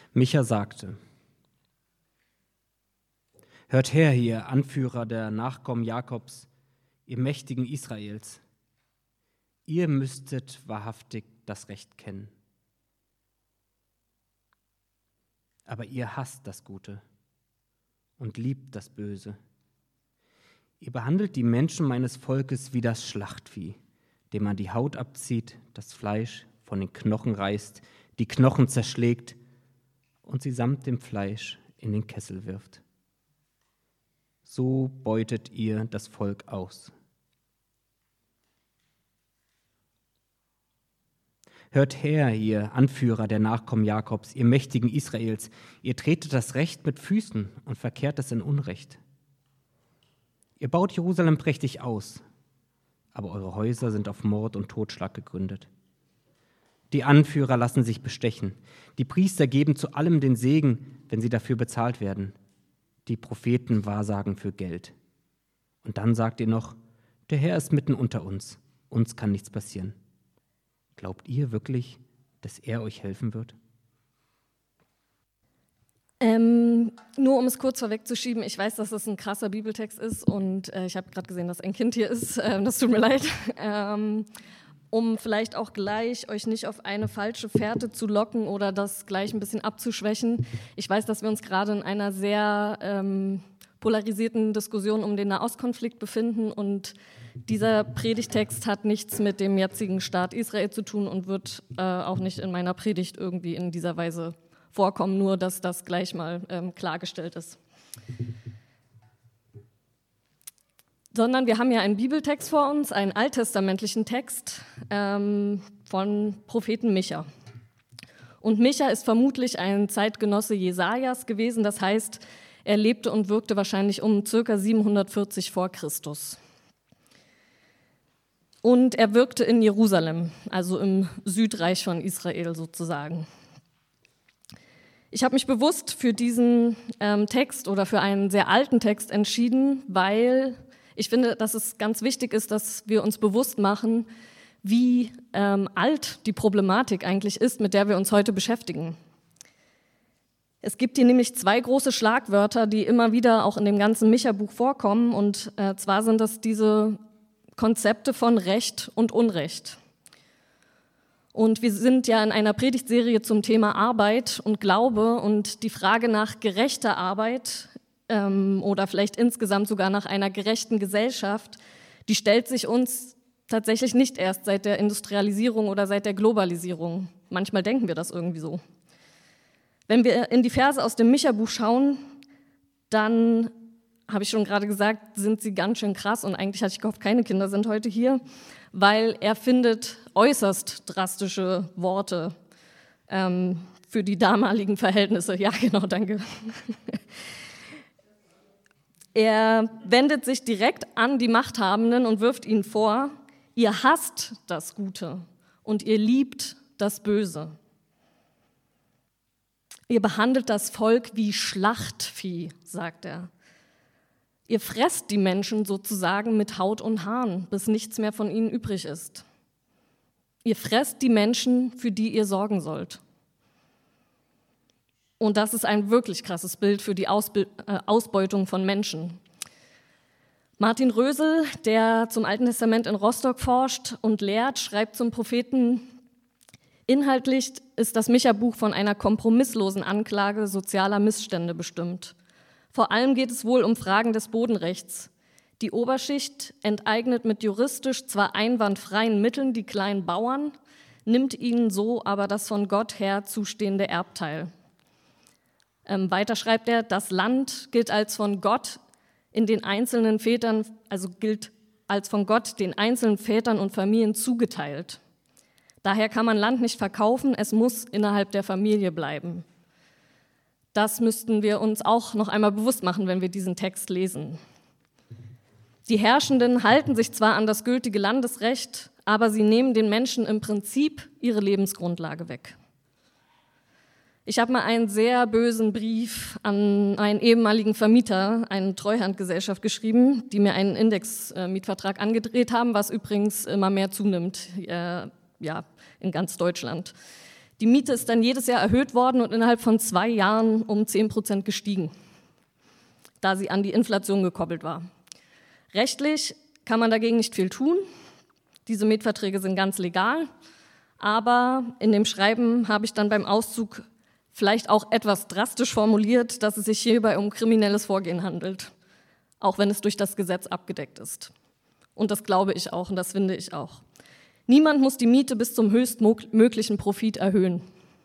Micha sagte: Hört her, ihr Anführer der Nachkommen Jakobs, ihr Mächtigen Israels. Ihr müsstet wahrhaftig das Recht kennen. Aber ihr hasst das Gute und liebt das Böse. Ihr behandelt die Menschen meines Volkes wie das Schlachtvieh, dem man die Haut abzieht, das Fleisch von den Knochen reißt, die Knochen zerschlägt und sie samt dem Fleisch in den Kessel wirft. So beutet ihr das Volk aus. Hört her, ihr Anführer der Nachkommen Jakobs, ihr Mächtigen Israels, ihr tretet das Recht mit Füßen und verkehrt es in Unrecht. Ihr baut Jerusalem prächtig aus, aber eure Häuser sind auf Mord und Totschlag gegründet. Die Anführer lassen sich bestechen, die Priester geben zu allem den Segen, wenn sie dafür bezahlt werden. Die Propheten wahrsagen für Geld. Und dann sagt ihr noch, der Herr ist mitten unter uns kann nichts passieren. Glaubt ihr wirklich, dass er euch helfen wird? Nur um es kurz vorwegzuschieben, ich weiß, dass das ein krasser Bibeltext ist und ich habe gerade gesehen, dass ein Kind hier ist, das tut mir leid. Um vielleicht auch gleich euch nicht auf eine falsche Fährte zu locken oder das gleich ein bisschen abzuschwächen. Ich weiß, dass wir uns gerade in einer sehr polarisierten Diskussion um den Nahostkonflikt befinden und dieser Predigtext hat nichts mit dem jetzigen Staat Israel zu tun und wird auch nicht in meiner Predigt irgendwie in dieser Weise vorkommen, nur dass das gleich mal klargestellt ist. Sondern wir haben ja einen Bibeltext vor uns, einen alttestamentlichen Text von Propheten Micha. Und Micha ist vermutlich ein Zeitgenosse Jesajas gewesen, das heißt, er lebte und wirkte wahrscheinlich um ca. 740 vor Christus. Und er wirkte in Jerusalem, also im Südreich von Israel sozusagen. Ich habe mich bewusst für diesen Text oder für einen sehr alten Text entschieden, weil ich finde, dass es ganz wichtig ist, dass wir uns bewusst machen, wie alt die Problematik eigentlich ist, mit der wir uns heute beschäftigen. Es gibt hier nämlich zwei große Schlagwörter, die immer wieder auch in dem ganzen Micha-Buch vorkommen. Und zwar sind das diese Konzepte von Recht und Unrecht. Und wir sind ja in einer Predigtserie zum Thema Arbeit und Glaube und die Frage nach gerechter Arbeit oder vielleicht insgesamt sogar nach einer gerechten Gesellschaft, die stellt sich uns tatsächlich nicht erst seit der Industrialisierung oder seit der Globalisierung. Manchmal denken wir das irgendwie so. Wenn wir in die Verse aus dem Micha-Buch schauen, dann, habe ich schon gerade gesagt, sind sie ganz schön krass und eigentlich hatte ich gehofft, keine Kinder sind heute hier, weil er findet äußerst drastische Worte für die damaligen Verhältnisse. Ja, genau, danke. Er wendet sich direkt an die Machthabenden und wirft ihnen vor, ihr hasst das Gute und ihr liebt das Böse. Ihr behandelt das Volk wie Schlachtvieh, sagt er. Ihr fresst die Menschen sozusagen mit Haut und Haaren, bis nichts mehr von ihnen übrig ist. Ihr fresst die Menschen, für die ihr sorgen sollt. Und das ist ein wirklich krasses Bild für die Ausbeutung von Menschen. Martin Rösel, der zum Alten Testament in Rostock forscht und lehrt, schreibt zum Propheten: Inhaltlich ist das Micha-Buch von einer kompromisslosen Anklage sozialer Missstände bestimmt. Vor allem geht es wohl um Fragen des Bodenrechts. Die Oberschicht enteignet mit juristisch zwar einwandfreien Mitteln die kleinen Bauern, nimmt ihnen so aber das von Gott her zustehende Erbteil. Weiter schreibt er, das Land gilt als von Gott in den einzelnen Vätern, also gilt als von Gott den einzelnen Vätern und Familien zugeteilt. Daher kann man Land nicht verkaufen, es muss innerhalb der Familie bleiben. Das müssten wir uns auch noch einmal bewusst machen, wenn wir diesen Text lesen. Die Herrschenden halten sich zwar an das gültige Landesrecht, aber sie nehmen den Menschen im Prinzip ihre Lebensgrundlage weg. Ich habe mal einen sehr bösen Brief an einen ehemaligen Vermieter, eine Treuhandgesellschaft, geschrieben, die mir einen Indexmietvertrag angedreht haben, was übrigens immer mehr zunimmt, in ganz Deutschland. Die Miete ist dann jedes Jahr erhöht worden und innerhalb von 2 Jahren um 10% gestiegen, da sie an die Inflation gekoppelt war. Rechtlich kann man dagegen nicht viel tun. Diese Mietverträge sind ganz legal, aber in dem Schreiben habe ich dann beim Auszug vielleicht auch etwas drastisch formuliert, dass es sich hierbei um kriminelles Vorgehen handelt, auch wenn es durch das Gesetz abgedeckt ist. Und das glaube ich auch und das finde ich auch. Niemand muss die Miete bis zum höchstmöglichen Profit erhöhen.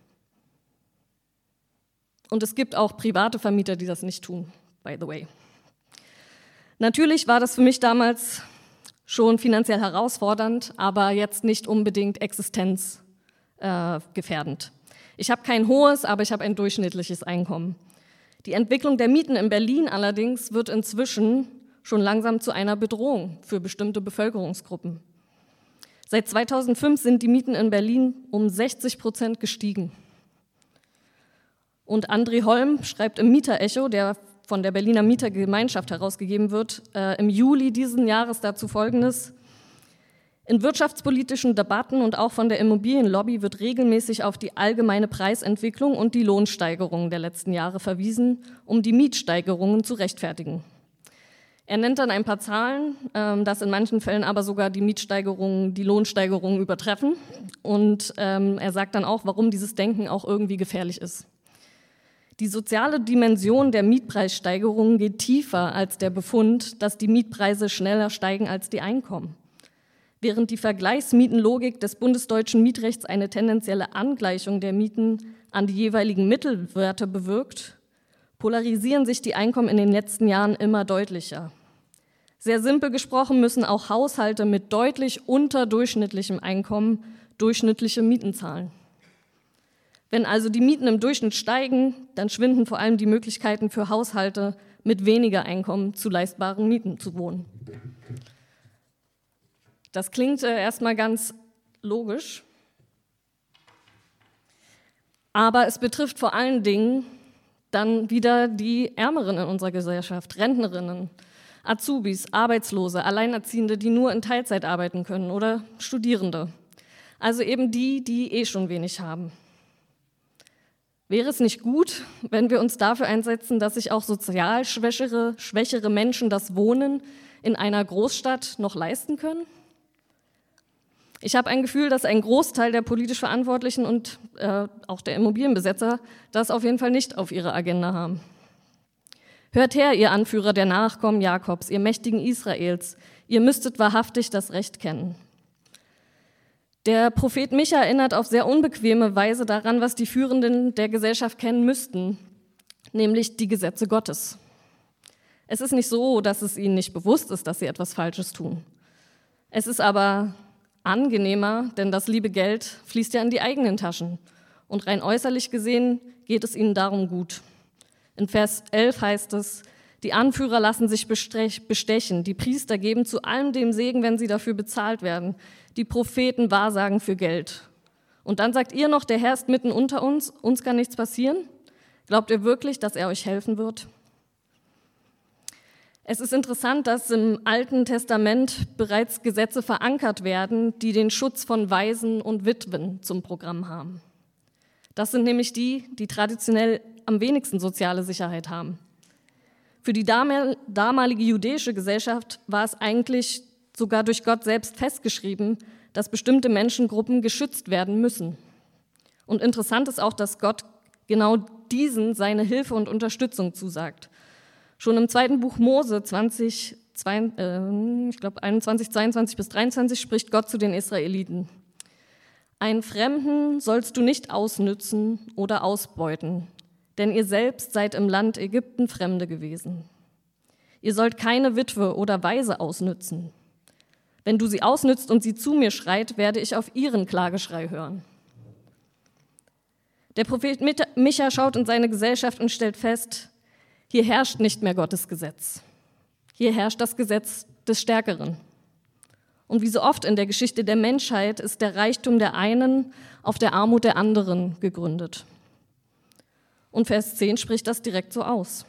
Und es gibt auch private Vermieter, die das nicht tun, by the way. Natürlich war das für mich damals schon finanziell herausfordernd, aber jetzt nicht unbedingt existenzgefährdend. Ich habe kein hohes, aber ich habe ein durchschnittliches Einkommen. Die Entwicklung der Mieten in Berlin allerdings wird inzwischen schon langsam zu einer Bedrohung für bestimmte Bevölkerungsgruppen. Seit 2005 sind die Mieten in Berlin um 60% gestiegen. Und André Holm schreibt im Mieterecho, der von der Berliner Mietergemeinschaft herausgegeben wird, im Juli diesen Jahres dazu Folgendes: In wirtschaftspolitischen Debatten und auch von der Immobilienlobby wird regelmäßig auf die allgemeine Preisentwicklung und die Lohnsteigerungen der letzten Jahre verwiesen, um die Mietsteigerungen zu rechtfertigen. Er nennt dann ein paar Zahlen, dass in manchen Fällen aber sogar die Mietsteigerungen die Lohnsteigerungen übertreffen. Und er sagt dann auch, warum dieses Denken auch irgendwie gefährlich ist. Die soziale Dimension der Mietpreissteigerungen geht tiefer als der Befund, dass die Mietpreise schneller steigen als die Einkommen. Während die Vergleichsmietenlogik des bundesdeutschen Mietrechts eine tendenzielle Angleichung der Mieten an die jeweiligen Mittelwerte bewirkt, polarisieren sich die Einkommen in den letzten Jahren immer deutlicher. Sehr simpel gesprochen müssen auch Haushalte mit deutlich unterdurchschnittlichem Einkommen durchschnittliche Mieten zahlen. Wenn also die Mieten im Durchschnitt steigen, dann schwinden vor allem die Möglichkeiten für Haushalte mit weniger Einkommen zu leistbaren Mieten zu wohnen. Das klingt erstmal ganz logisch, aber es betrifft vor allen Dingen dann wieder die Ärmeren in unserer Gesellschaft, Rentnerinnen, Azubis, Arbeitslose, Alleinerziehende, die nur in Teilzeit arbeiten können oder Studierende. Also eben die, die eh schon wenig haben. Wäre es nicht gut, wenn wir uns dafür einsetzen, dass sich auch sozial schwächere Menschen das Wohnen in einer Großstadt noch leisten können? Ich habe ein Gefühl, dass ein Großteil der politisch Verantwortlichen und auch der Immobilienbesetzer das auf jeden Fall nicht auf ihrer Agenda haben. Hört her, ihr Anführer der Nachkommen Jakobs, ihr Mächtigen Israels, ihr müsstet wahrhaftig das Recht kennen. Der Prophet Micha erinnert auf sehr unbequeme Weise daran, was die Führenden der Gesellschaft kennen müssten, nämlich die Gesetze Gottes. Es ist nicht so, dass es ihnen nicht bewusst ist, dass sie etwas Falsches tun. Es ist aber angenehmer, denn das liebe Geld fließt ja in die eigenen Taschen. Und rein äußerlich gesehen geht es ihnen darum gut. In Vers 11 heißt es, die Anführer lassen sich bestechen, die Priester geben zu allem dem Segen, wenn sie dafür bezahlt werden, die Propheten wahrsagen für Geld. Und dann sagt ihr noch, der Herr ist mitten unter uns kann nichts passieren? Glaubt ihr wirklich, dass er euch helfen wird? Es ist interessant, dass im Alten Testament bereits Gesetze verankert werden, die den Schutz von Waisen und Witwen zum Programm haben. Das sind nämlich die, die traditionell am wenigsten soziale Sicherheit haben. Für die damalige jüdische Gesellschaft war es eigentlich sogar durch Gott selbst festgeschrieben, dass bestimmte Menschengruppen geschützt werden müssen. Und interessant ist auch, dass Gott genau diesen seine Hilfe und Unterstützung zusagt. Schon im 2. Buch Mose 21, 22 bis 23 spricht Gott zu den Israeliten. Einen Fremden sollst du nicht ausnützen oder ausbeuten, denn ihr selbst seid im Land Ägypten Fremde gewesen. Ihr sollt keine Witwe oder Waise ausnützen. Wenn du sie ausnützt und sie zu mir schreit, werde ich auf ihren Klageschrei hören. Der Prophet Micha schaut in seine Gesellschaft und stellt fest, hier herrscht nicht mehr Gottes Gesetz. Hier herrscht das Gesetz des Stärkeren. Und wie so oft in der Geschichte der Menschheit ist der Reichtum der einen auf der Armut der anderen gegründet. Und Vers 10 spricht das direkt so aus.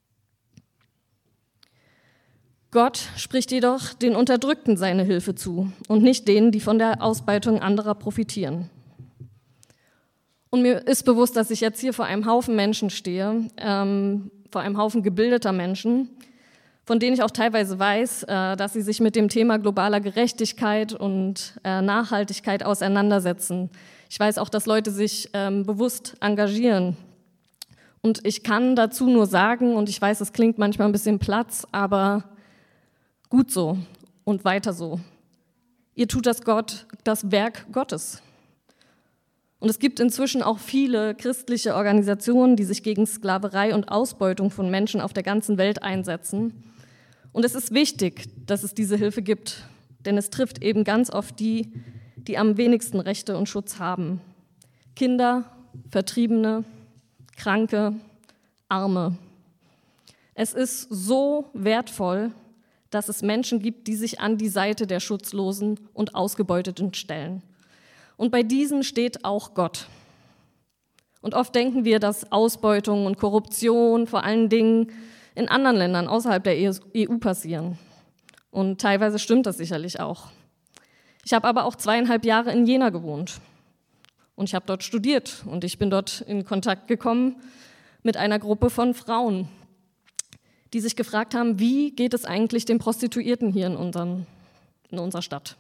Gott spricht jedoch den Unterdrückten seine Hilfe zu und nicht denen, die von der Ausbeutung anderer profitieren. Und mir ist bewusst, dass ich jetzt hier vor einem Haufen Menschen stehe, vor einem Haufen gebildeter Menschen, von denen ich auch teilweise weiß, dass sie sich mit dem Thema globaler Gerechtigkeit und Nachhaltigkeit auseinandersetzen. Ich weiß auch, dass Leute sich bewusst engagieren. Und ich kann dazu nur sagen, und ich weiß, es klingt manchmal ein bisschen Platz, aber gut so und weiter so. Ihr tut das Werk Gottes. Und es gibt inzwischen auch viele christliche Organisationen, die sich gegen Sklaverei und Ausbeutung von Menschen auf der ganzen Welt einsetzen. Und es ist wichtig, dass es diese Hilfe gibt, denn es trifft eben ganz oft die, die am wenigsten Rechte und Schutz haben. Kinder, Vertriebene, Kranke, Arme. Es ist so wertvoll, dass es Menschen gibt, die sich an die Seite der Schutzlosen und Ausgebeuteten stellen. Und bei diesen steht auch Gott. Und oft denken wir, dass Ausbeutung und Korruption vor allen Dingen in anderen Ländern außerhalb der EU passieren. Und teilweise stimmt das sicherlich auch. Ich habe aber auch 2,5 Jahre in Jena gewohnt. Und ich habe dort studiert. Und ich bin dort in Kontakt gekommen mit einer Gruppe von Frauen, die sich gefragt haben, wie geht es eigentlich den Prostituierten hier in unserer Stadt?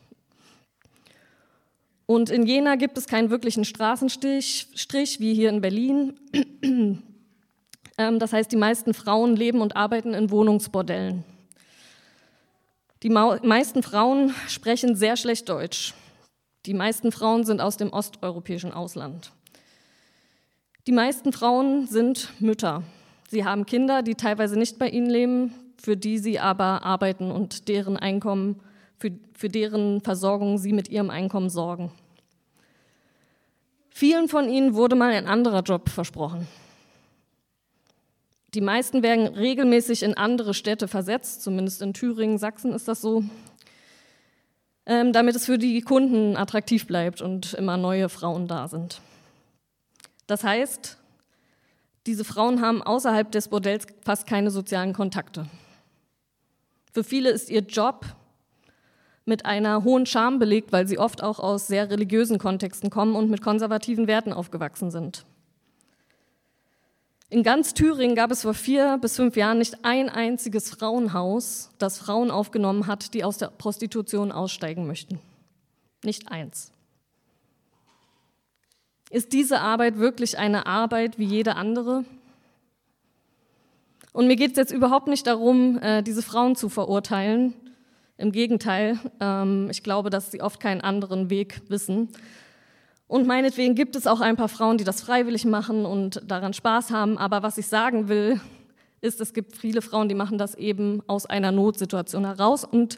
Und in Jena gibt es keinen wirklichen Straßenstrich wie hier in Berlin. Das heißt, die meisten Frauen leben und arbeiten in Wohnungsbordellen. Die meisten Frauen sprechen sehr schlecht Deutsch. Die meisten Frauen sind aus dem osteuropäischen Ausland. Die meisten Frauen sind Mütter. Sie haben Kinder, die teilweise nicht bei ihnen leben, für die sie aber arbeiten und deren Einkommen, für deren Versorgung sie mit ihrem Einkommen sorgen. Vielen von ihnen wurde mal ein anderer Job versprochen. Die meisten werden regelmäßig in andere Städte versetzt, zumindest in Thüringen, Sachsen ist das so, damit es für die Kunden attraktiv bleibt und immer neue Frauen da sind. Das heißt, diese Frauen haben außerhalb des Bordells fast keine sozialen Kontakte. Für viele ist ihr Job mit einer hohen Scham belegt, weil sie oft auch aus sehr religiösen Kontexten kommen und mit konservativen Werten aufgewachsen sind. In ganz Thüringen gab es vor 4 bis 5 Jahren nicht ein einziges Frauenhaus, das Frauen aufgenommen hat, die aus der Prostitution aussteigen möchten. Nicht eins. Ist diese Arbeit wirklich eine Arbeit wie jede andere? Und mir geht es jetzt überhaupt nicht darum, diese Frauen zu verurteilen. Im Gegenteil, ich glaube, dass sie oft keinen anderen Weg wissen. Und meinetwegen gibt es auch ein paar Frauen, die das freiwillig machen und daran Spaß haben. Aber was ich sagen will, ist, es gibt viele Frauen, die machen das eben aus einer Notsituation heraus. Und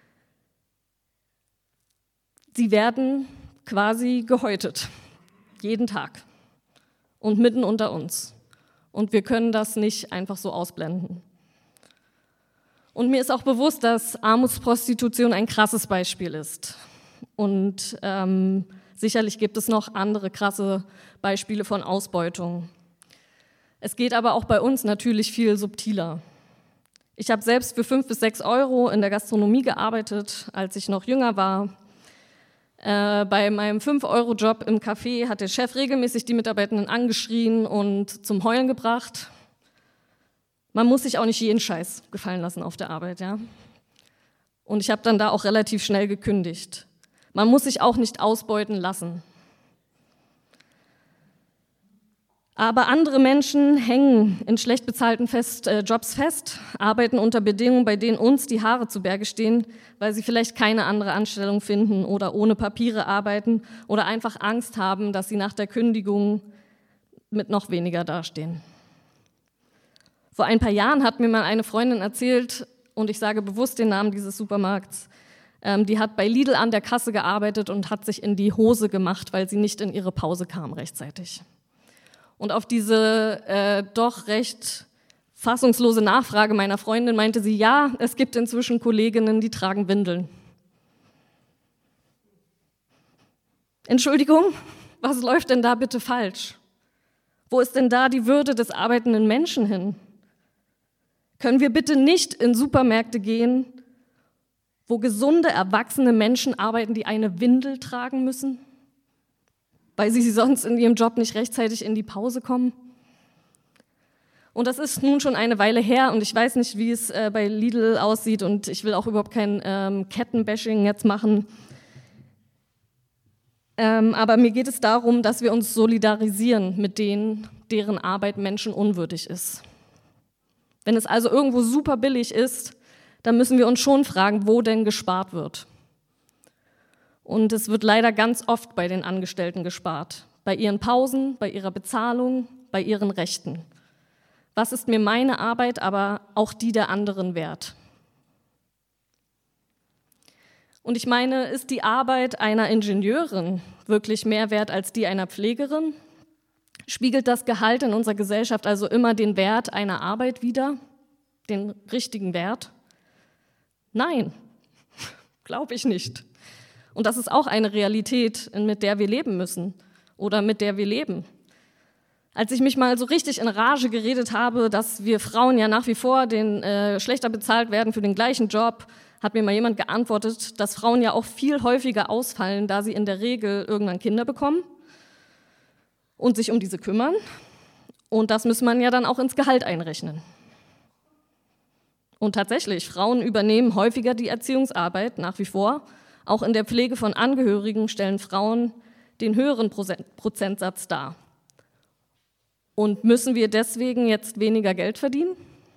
sie werden quasi gehäutet, jeden Tag und mitten unter uns. Und wir können das nicht einfach so ausblenden. Und mir ist auch bewusst, dass Armutsprostitution ein krasses Beispiel ist. Und sicherlich gibt es noch andere krasse Beispiele von Ausbeutung. Es geht aber auch bei uns natürlich viel subtiler. Ich habe selbst für 5 bis 6 Euro in der Gastronomie gearbeitet, als ich noch jünger war. Bei meinem 5-Euro-Job im Café hat der Chef regelmäßig die Mitarbeitenden angeschrien und zum Heulen gebracht. Man muss sich auch nicht jeden Scheiß gefallen lassen auf der Arbeit, ja. Und ich habe dann da auch relativ schnell gekündigt. Man muss sich auch nicht ausbeuten lassen. Aber andere Menschen hängen in schlecht bezahlten Jobs fest, arbeiten unter Bedingungen, bei denen uns die Haare zu Berge stehen, weil sie vielleicht keine andere Anstellung finden oder ohne Papiere arbeiten oder einfach Angst haben, dass sie nach der Kündigung mit noch weniger dastehen. Vor ein paar Jahren hat mir mal eine Freundin erzählt, und ich sage bewusst den Namen dieses Supermarkts, die hat bei Lidl an der Kasse gearbeitet und hat sich in die Hose gemacht, weil sie nicht in ihre Pause kam rechtzeitig. Und auf diese doch recht fassungslose Nachfrage meiner Freundin meinte sie, ja, es gibt inzwischen Kolleginnen, die tragen Windeln. Entschuldigung, was läuft denn da bitte falsch? Wo ist denn da die Würde des arbeitenden Menschen hin? Können wir bitte nicht in Supermärkte gehen, wo gesunde, erwachsene Menschen arbeiten, die eine Windel tragen müssen? weil sie sonst in ihrem Job nicht rechtzeitig in die Pause kommen. Und das ist nun schon eine Weile her und ich weiß nicht, wie es bei Lidl aussieht und ich will auch überhaupt kein Kettenbashing jetzt machen. Aber mir geht es darum, dass wir uns solidarisieren mit denen, deren Arbeit menschenunwürdig ist. Wenn es also irgendwo super billig ist, dann müssen wir uns schon fragen, wo denn gespart wird. Und es wird leider ganz oft bei den Angestellten gespart. Bei ihren Pausen, bei ihrer Bezahlung, bei ihren Rechten. Was ist mir meine Arbeit, aber auch die der anderen wert? Und ich meine, ist die Arbeit einer Ingenieurin wirklich mehr wert als die einer Pflegerin? Spiegelt das Gehalt in unserer Gesellschaft also immer den Wert einer Arbeit wider? Den richtigen Wert? Nein, glaube ich nicht. Und das ist auch eine Realität, mit der wir leben müssen oder mit der wir leben. Als ich mich mal so richtig in Rage geredet habe, dass wir Frauen ja nach wie vor schlechter bezahlt werden für den gleichen Job, hat mir mal jemand geantwortet, dass Frauen ja auch viel häufiger ausfallen, da sie in der Regel irgendwann Kinder bekommen und sich um diese kümmern. Und das muss man ja dann auch ins Gehalt einrechnen. Und tatsächlich, Frauen übernehmen häufiger die Erziehungsarbeit nach wie vor. Auch in der Pflege von Angehörigen stellen Frauen den höheren Prozentsatz dar. Und müssen wir deswegen jetzt weniger Geld verdienen?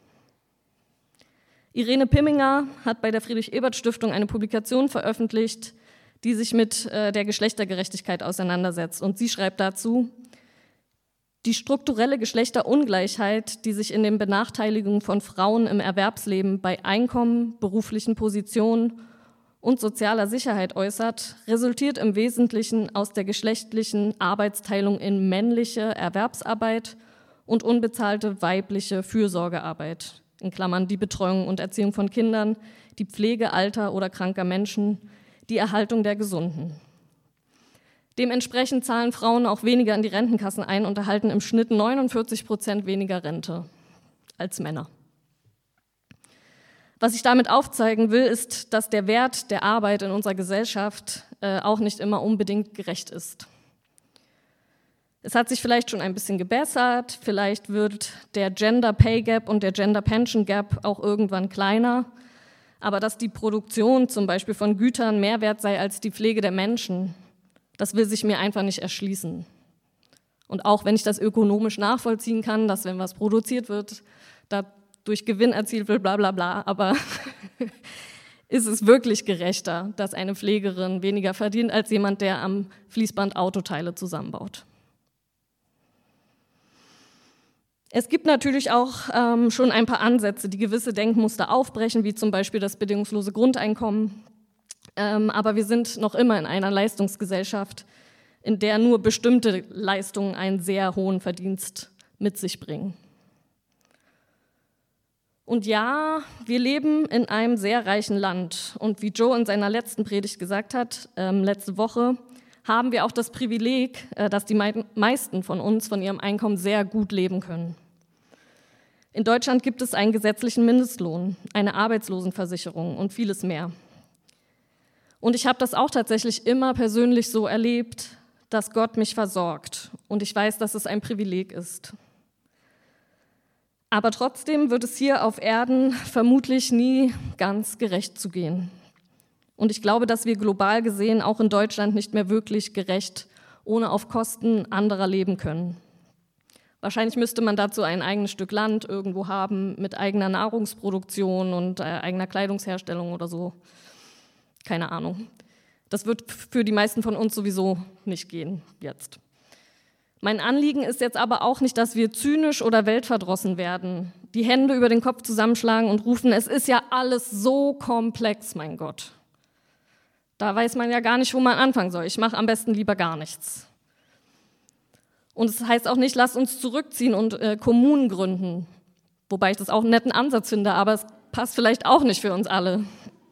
Irene Pimminger hat bei der Friedrich-Ebert-Stiftung eine Publikation veröffentlicht, die sich mit der Geschlechtergerechtigkeit auseinandersetzt. Und sie schreibt dazu: Die strukturelle Geschlechterungleichheit, die sich in den Benachteiligungen von Frauen im Erwerbsleben bei Einkommen, beruflichen Positionen und sozialer Sicherheit äußert, resultiert im Wesentlichen aus der geschlechtlichen Arbeitsteilung in männliche Erwerbsarbeit und unbezahlte weibliche Fürsorgearbeit, in Klammern die Betreuung und Erziehung von Kindern, die Pflege alter oder kranker Menschen, die Erhaltung der Gesunden. Dementsprechend zahlen Frauen auch weniger in die Rentenkassen ein und erhalten im Schnitt 49% weniger Rente als Männer. Was ich damit aufzeigen will, ist, dass der Wert der Arbeit in unserer Gesellschaft auch nicht immer unbedingt gerecht ist. Es hat sich vielleicht schon ein bisschen gebessert, vielleicht wird der Gender Pay Gap und der Gender Pension Gap auch irgendwann kleiner, aber dass die Produktion zum Beispiel von Gütern mehr wert sei als die Pflege der Menschen, das will sich mir einfach nicht erschließen. Und auch wenn ich das ökonomisch nachvollziehen kann, dass wenn was produziert wird, dadurch Gewinn erzielt wird, bla bla bla, aber ist es wirklich gerechter, dass eine Pflegerin weniger verdient als jemand, der am Fließband Autoteile zusammenbaut? Es gibt natürlich auch schon ein paar Ansätze, die gewisse Denkmuster aufbrechen, wie zum Beispiel das bedingungslose Grundeinkommen. Aber wir sind noch immer in einer Leistungsgesellschaft, in der nur bestimmte Leistungen einen sehr hohen Verdienst mit sich bringen. Und ja, wir leben in einem sehr reichen Land. Und wie Joe in seiner letzten Predigt gesagt hat, letzte Woche, haben wir auch das Privileg, dass die meisten von uns von ihrem Einkommen sehr gut leben können. In Deutschland gibt es einen gesetzlichen Mindestlohn, eine Arbeitslosenversicherung und vieles mehr. Und ich habe das auch tatsächlich immer persönlich so erlebt, dass Gott mich versorgt. Und ich weiß, dass es ein Privileg ist. Aber trotzdem wird es hier auf Erden vermutlich nie ganz gerecht zugehen. Und ich glaube, dass wir global gesehen auch in Deutschland nicht mehr wirklich gerecht ohne auf Kosten anderer leben können. Wahrscheinlich müsste man dazu ein eigenes Stück Land irgendwo haben mit eigener Nahrungsproduktion und eigener Kleidungsherstellung oder so. Keine Ahnung. Das wird für die meisten von uns sowieso nicht gehen jetzt. Mein Anliegen ist jetzt aber auch nicht, dass wir zynisch oder weltverdrossen werden, die Hände über den Kopf zusammenschlagen und rufen, es ist ja alles so komplex, mein Gott. Da weiß man ja gar nicht, wo man anfangen soll. Ich mache am besten lieber gar nichts. Und es heißt auch nicht, lasst uns zurückziehen und Kommunen gründen. Wobei ich das auch einen netten Ansatz finde, aber es passt vielleicht auch nicht für uns alle.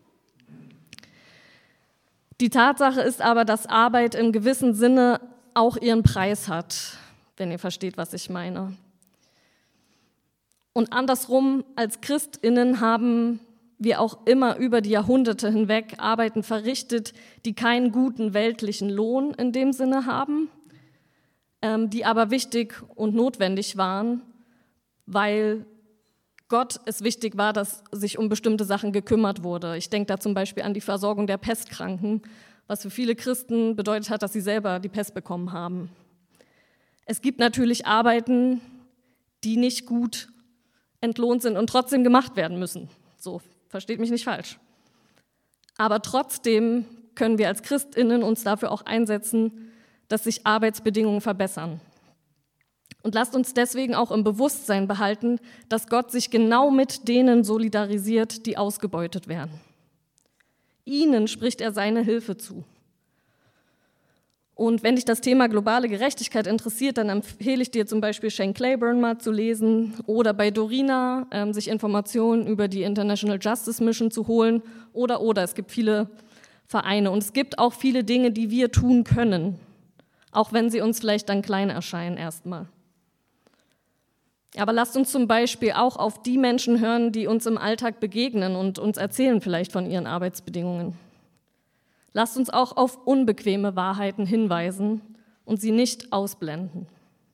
Die Tatsache ist aber, dass Arbeit im gewissen Sinne auch ihren Preis hat, wenn ihr versteht, was ich meine. Und andersrum, als ChristInnen haben wir auch immer über die Jahrhunderte hinweg Arbeiten verrichtet, die keinen guten weltlichen Lohn in dem Sinne haben, die aber wichtig und notwendig waren, weil Gott es wichtig war, dass sich um bestimmte Sachen gekümmert wurde. Ich denke da zum Beispiel an die Versorgung der Pestkranken, was für viele Christen bedeutet hat, dass sie selber die Pest bekommen haben. Es gibt natürlich Arbeiten, die nicht gut entlohnt sind und trotzdem gemacht werden müssen. So, versteht mich nicht falsch. Aber trotzdem können wir als ChristInnen uns dafür auch einsetzen, dass sich Arbeitsbedingungen verbessern. Und lasst uns deswegen auch im Bewusstsein behalten, dass Gott sich genau mit denen solidarisiert, die ausgebeutet werden. Ihnen spricht er seine Hilfe zu. Und wenn dich das Thema globale Gerechtigkeit interessiert, dann empfehle ich dir zum Beispiel Shane Claiborne mal zu lesen oder bei Dorina sich Informationen über die International Justice Mission zu holen oder. Es gibt viele Vereine und es gibt auch viele Dinge, die wir tun können, auch wenn sie uns vielleicht dann klein erscheinen erstmal. Aber lasst uns zum Beispiel auch auf die Menschen hören, die uns im Alltag begegnen und uns erzählen vielleicht von ihren Arbeitsbedingungen. Lasst uns auch auf unbequeme Wahrheiten hinweisen und sie nicht ausblenden.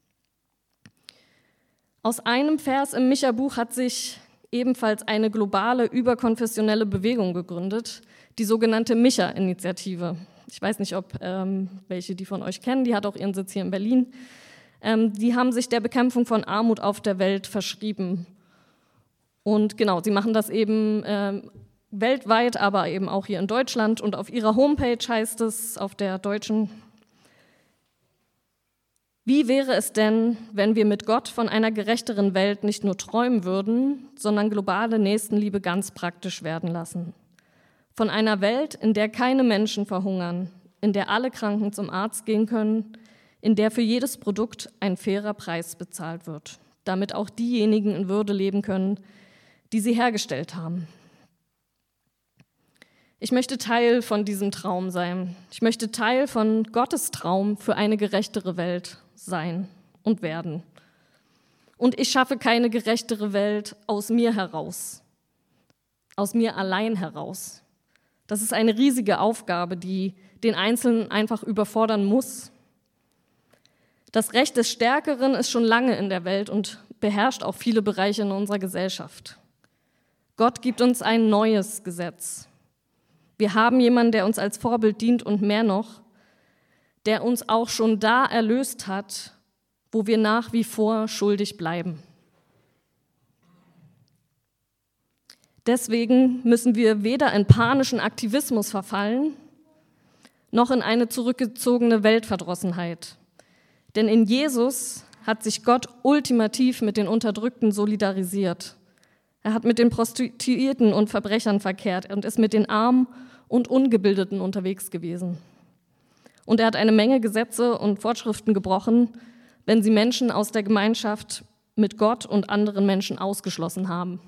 Aus einem Vers im Micha-Buch hat sich ebenfalls eine globale, überkonfessionelle Bewegung gegründet, die sogenannte Micha-Initiative. Ich weiß nicht, ob welche die von euch kennen, die hat auch ihren Sitz hier in Berlin. Die haben sich der Bekämpfung von Armut auf der Welt verschrieben. Und genau, sie machen das eben weltweit, aber eben auch hier in Deutschland. Und auf ihrer Homepage heißt es, auf der deutschen: Wie wäre es denn, wenn wir mit Gott von einer gerechteren Welt nicht nur träumen würden, sondern globale Nächstenliebe ganz praktisch werden lassen? Von einer Welt, in der keine Menschen verhungern, in der alle Kranken zum Arzt gehen können, in der für jedes Produkt ein fairer Preis bezahlt wird, damit auch diejenigen in Würde leben können, die sie hergestellt haben. Ich möchte Teil von diesem Traum sein. Ich möchte Teil von Gottes Traum für eine gerechtere Welt sein und werden. Und ich schaffe keine gerechtere Welt aus mir heraus, aus mir allein heraus. Das ist eine riesige Aufgabe, die den Einzelnen einfach überfordern muss. Das Recht des Stärkeren ist schon lange in der Welt und beherrscht auch viele Bereiche in unserer Gesellschaft. Gott gibt uns ein neues Gesetz. Wir haben jemanden, der uns als Vorbild dient und mehr noch, der uns auch schon da erlöst hat, wo wir nach wie vor schuldig bleiben. Deswegen müssen wir weder in panischen Aktivismus verfallen, noch in eine zurückgezogene Weltverdrossenheit. Denn in Jesus hat sich Gott ultimativ mit den Unterdrückten solidarisiert. Er hat mit den Prostituierten und Verbrechern verkehrt und ist mit den Armen und Ungebildeten unterwegs gewesen. Und er hat eine Menge Gesetze und Vorschriften gebrochen, wenn sie Menschen aus der Gemeinschaft mit Gott und anderen Menschen ausgeschlossen haben.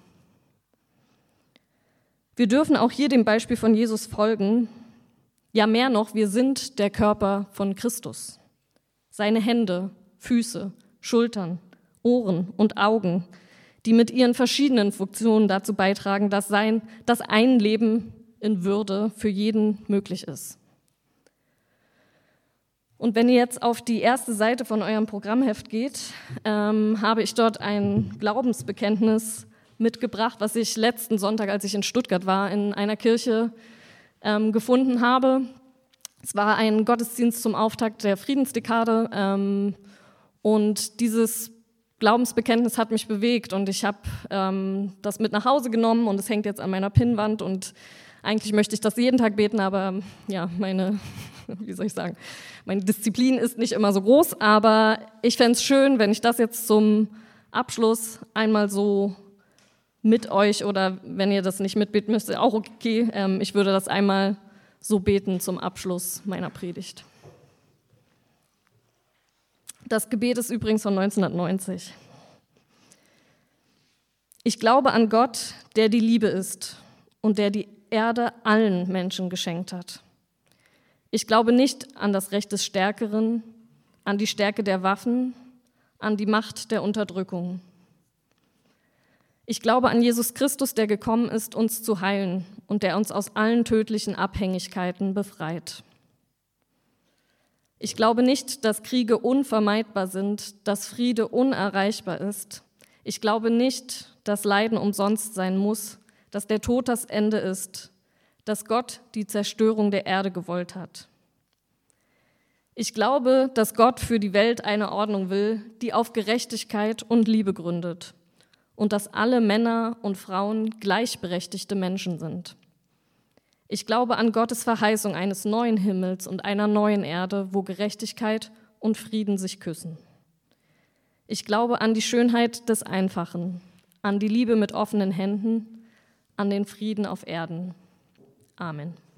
Wir dürfen auch hier dem Beispiel von Jesus folgen. Ja, mehr noch, wir sind der Körper von Christus. Seine Hände, Füße, Schultern, Ohren und Augen, die mit ihren verschiedenen Funktionen dazu beitragen, dass ein Leben in Würde für jeden möglich ist. Und wenn ihr jetzt auf die erste Seite von eurem Programmheft geht, habe ich dort ein Glaubensbekenntnis mitgebracht, was ich letzten Sonntag, als ich in Stuttgart war, in einer Kirche gefunden habe. Es war ein Gottesdienst zum Auftakt der Friedensdekade und dieses Glaubensbekenntnis hat mich bewegt und ich habe das mit nach Hause genommen und es hängt jetzt an meiner Pinnwand und eigentlich möchte ich das jeden Tag beten, aber ja, meine Disziplin ist nicht immer so groß, aber ich fände es schön, wenn ich das jetzt zum Abschluss einmal so mit euch, oder wenn ihr das nicht mitbeten müsst, auch okay, ich würde das einmal so beten zum Abschluss meiner Predigt. Das Gebet ist übrigens von 1990. Ich glaube an Gott, der die Liebe ist und der die Erde allen Menschen geschenkt hat. Ich glaube nicht an das Recht des Stärkeren, an die Stärke der Waffen, an die Macht der Unterdrückung. Ich glaube an Jesus Christus, der gekommen ist, uns zu heilen und der uns aus allen tödlichen Abhängigkeiten befreit. Ich glaube nicht, dass Kriege unvermeidbar sind, dass Friede unerreichbar ist. Ich glaube nicht, dass Leiden umsonst sein muss, dass der Tod das Ende ist, dass Gott die Zerstörung der Erde gewollt hat. Ich glaube, dass Gott für die Welt eine Ordnung will, die auf Gerechtigkeit und Liebe gründet und dass alle Männer und Frauen gleichberechtigte Menschen sind. Ich glaube an Gottes Verheißung eines neuen Himmels und einer neuen Erde, wo Gerechtigkeit und Frieden sich küssen. Ich glaube an die Schönheit des Einfachen, an die Liebe mit offenen Händen, an den Frieden auf Erden. Amen.